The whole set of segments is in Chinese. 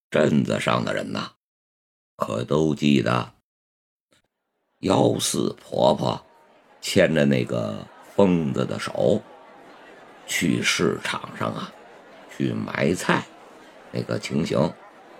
镇子上的人呐，可都记得姚四婆婆牵着那个疯子的手去市场上啊，去买菜那个情形。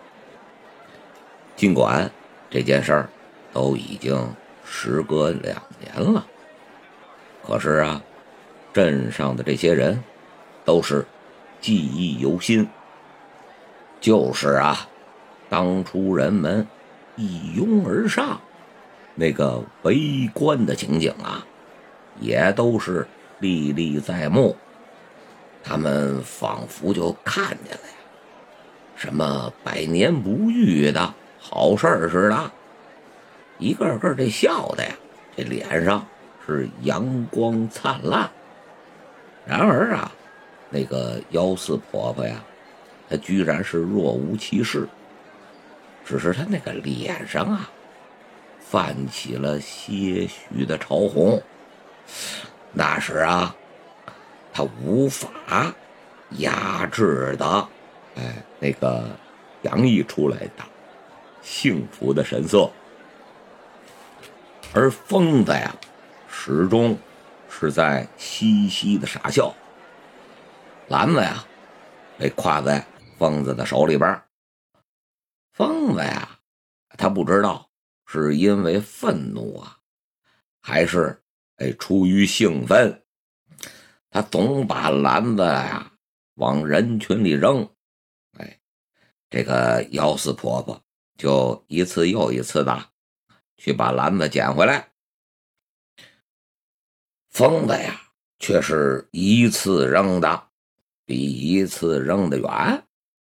尽管这件事儿都已经时隔2年了，可是啊，镇上的这些人都是记忆犹新。就是啊，当初人们一拥而上，那个围观的情景啊，也都是历历在目。他们仿佛就看见了呀，什么百年不遇的好事似的，一个个这笑的呀，这脸上是阳光灿烂。然而啊，那个姚四婆婆呀，她居然是若无其事，只是她那个脸上啊，泛起了些许的潮红。那是啊，她无法压制的，那个洋溢出来的幸福的神色。而疯子呀，始终是在嘻嘻的傻笑。篮子呀，被挎在疯子的手里边。疯子呀，他不知道是因为愤怒啊，还是出于兴奋，他总把篮子呀往人群里扔。这个姚四婆婆就一次又一次的去把篮子捡回来。疯子呀，却是一次扔的比一次扔得远。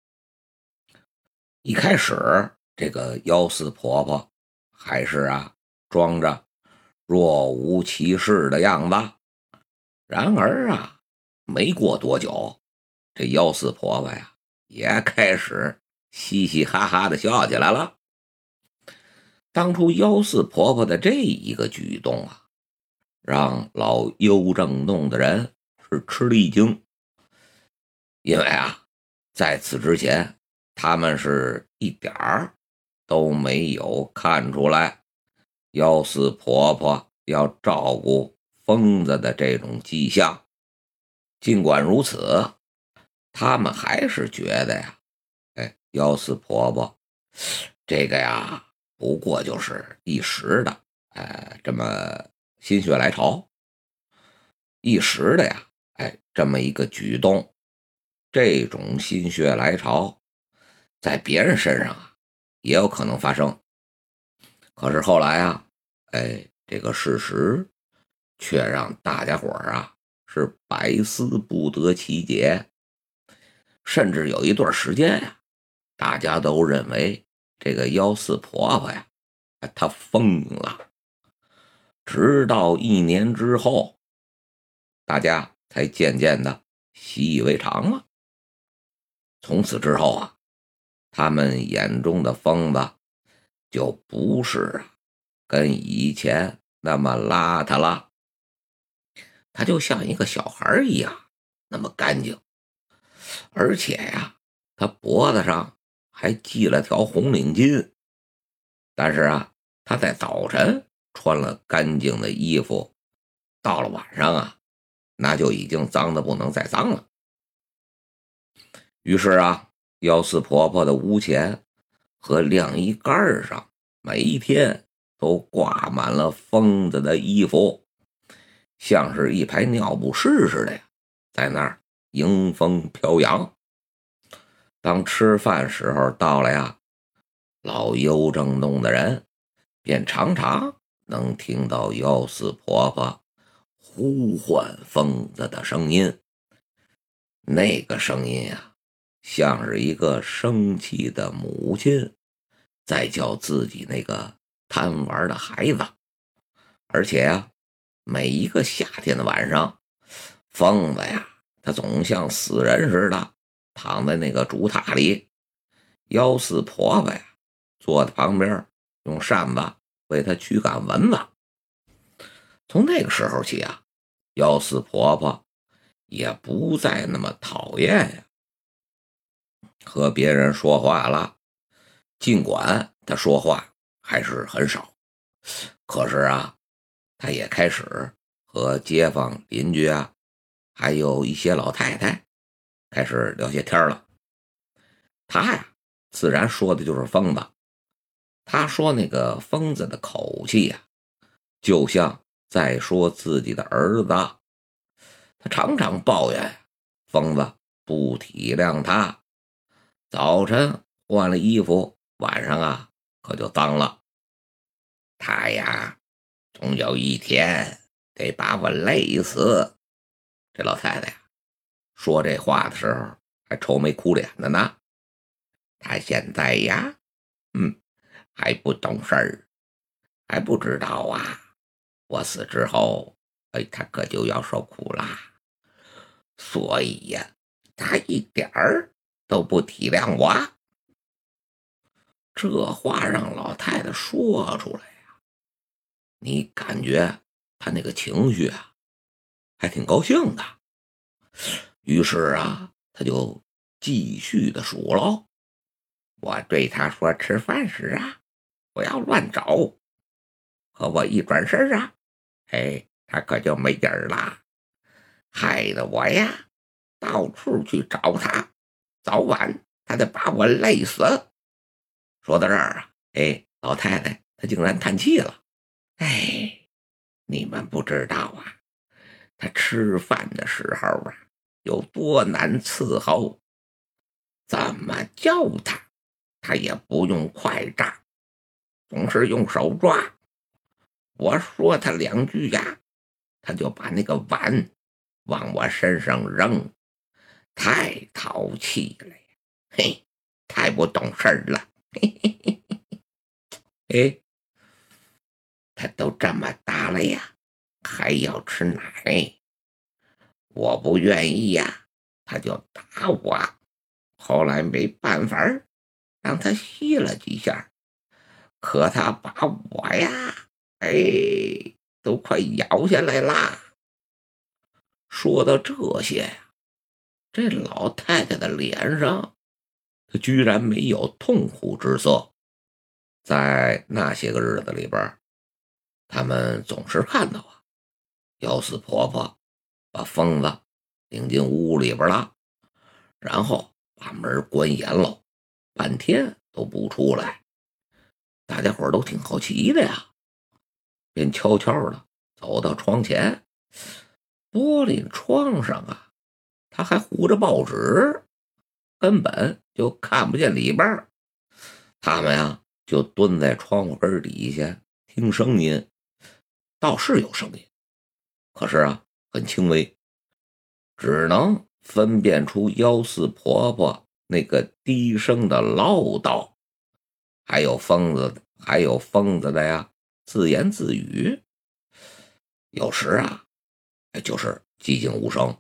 一开始这个姚四婆婆还是啊装着若无其事的样子，然而啊没过多久，这姚四婆婆呀也开始嘻嘻哈哈的笑起来了。当初姚四婆婆的这一个举动啊，让老幽正洞的人是吃了一惊。因为啊，在此之前他们是一点儿都没有看出来姚四婆婆要照顾疯子的这种迹象。尽管如此，他们还是觉得呀，姚四婆婆这个呀不过就是一时的这么心血来潮，一时的呀这么一个举动。这种心血来潮在别人身上啊也有可能发生。可是后来啊，这个事实却让大家伙啊是百思不得其解。甚至有一段时间呀，大家都认为这个姚四婆婆呀她疯了。直到1年之后，大家才渐渐的习以为常了。从此之后啊，他们眼中的疯子就不是跟以前那么邋遢了，他就像一个小孩一样那么干净。而且呀，他脖子上还系了条红领巾。但是啊，他在早晨穿了干净的衣服，到了晚上啊，那就已经脏的不能再脏了。于是啊，姚四婆婆的屋前和晾衣杆上每一天都挂满了疯子的衣服，像是一排尿不湿似的呀，在那儿迎风飘扬。当吃饭时候到了呀，老幽正洞的人便常常能听到姚四婆婆呼唤疯子的声音。那个声音啊，像是一个生气的母亲在叫自己那个贪玩的孩子。而且啊，每一个夏天的晚上，疯子呀他总像死人似的躺在那个竹榻里，姚四婆婆呀坐在旁边用扇子为他驱赶蚊子。从那个时候起啊，姚四婆婆也不再那么讨厌呀和别人说话了。 尽管他说话还是很少，可是啊，他也开始和街坊邻居啊，还有一些老太太开始聊些天了。他呀，自然说的就是疯子。他说那个疯子的口气呀，就像在说自己的儿子。他常常抱怨疯子不体谅他，早晨换了衣服，晚上啊可就脏了。他呀，总有一天得把我累死。这老太太呀，说这话的时候还愁眉苦脸的呢。他现在呀，还不懂事儿，还不知道啊，我死之后，他可就要受苦啦。所以呀，他一点儿都不体谅我。这话让老太太说出来呀，你感觉他那个情绪啊，还挺高兴的。于是啊，他就继续的数喽。我对他说，吃饭时啊，不要乱找。可我一转身啊，他可就没影儿啦，害得我呀到处去找他，早晚他得把我累死。说到这儿啊，老太太她竟然叹气了。你们不知道啊，他吃饭的时候啊有多难伺候，怎么叫他也不用筷杖，总是用手抓。我说他两句呀，他就把那个碗往我身上扔，太淘气了呀！太不懂事儿了。哎，他都这么大了呀，还要吃奶，我不愿意呀，他就打我。后来没办法让他吸了几下，可他把我呀，哎，都快咬下来啦。说到这些呀，这老太太的脸上，她居然没有痛苦之色。在那些个日子里边，他们总是看到啊，姚四婆婆把疯子领进屋里边了，然后把门关严喽，半天都不出来。大家伙都挺好奇的呀，便悄悄的走到窗前，玻璃窗上啊，他还糊着报纸，根本就看不见里边。他们呀就蹲在窗户根底下听声音，倒是有声音，可是啊很轻微，只能分辨出幺四婆婆那个低声的唠叨，还有疯子的呀自言自语。有时啊就是寂静无声。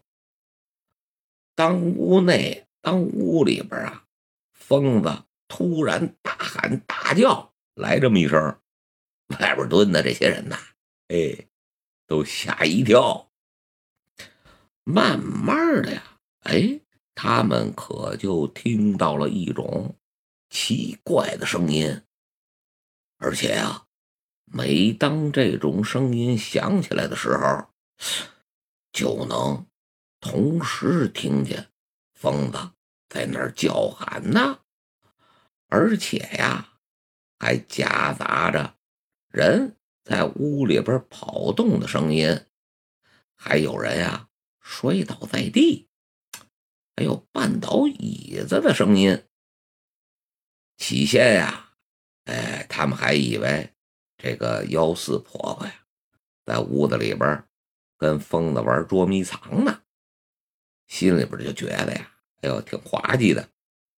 当屋里边啊疯子突然大喊大叫来这么一声，外边蹲的这些人呐，都吓一跳。慢慢的呀，他们可就听到了一种奇怪的声音，而且呀，每当这种声音响起来的时候，就能同时听见疯子在那儿叫喊呢，而且呀，还夹杂着人在屋里边跑动的声音，还有人呀摔倒在地，还有绊倒椅子的声音。起先呀，他们还以为这个幺四婆婆呀在屋子里边跟疯子玩捉迷藏呢，心里边就觉得呀，挺滑稽的。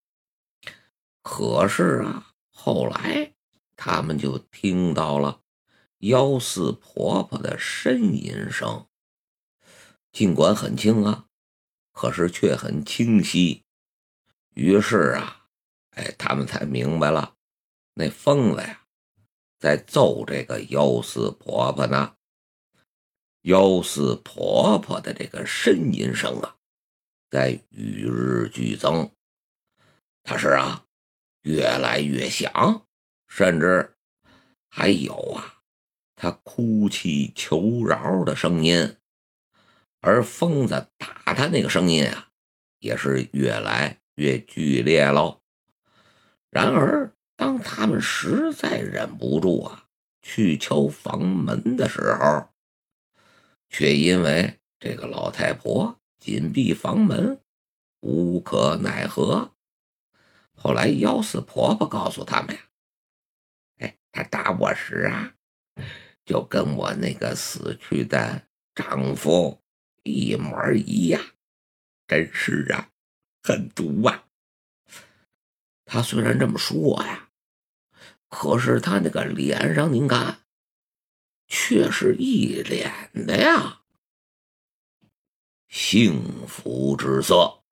可是啊，后来他们就听到了幺四婆婆的呻吟声，尽管很轻啊，可是却很清晰。于是啊，他们才明白了，那疯子呀在揍这个幺四婆婆呢。幺四婆婆的这个呻吟声啊，在与日俱增。她是啊， 越来越响，甚至还有他哭泣求饶的声音，而疯子打他那个声音也是越来越剧烈喽。然而当他们实在忍不住去敲房门的时候，却因为这个老太婆紧闭房门，无可奈何。后来妖四婆婆告诉他们她打我时就跟我那个死去的丈夫一模一样，真是很毒她虽然这么说可是她那个脸上您看，却是一脸的幸福之色。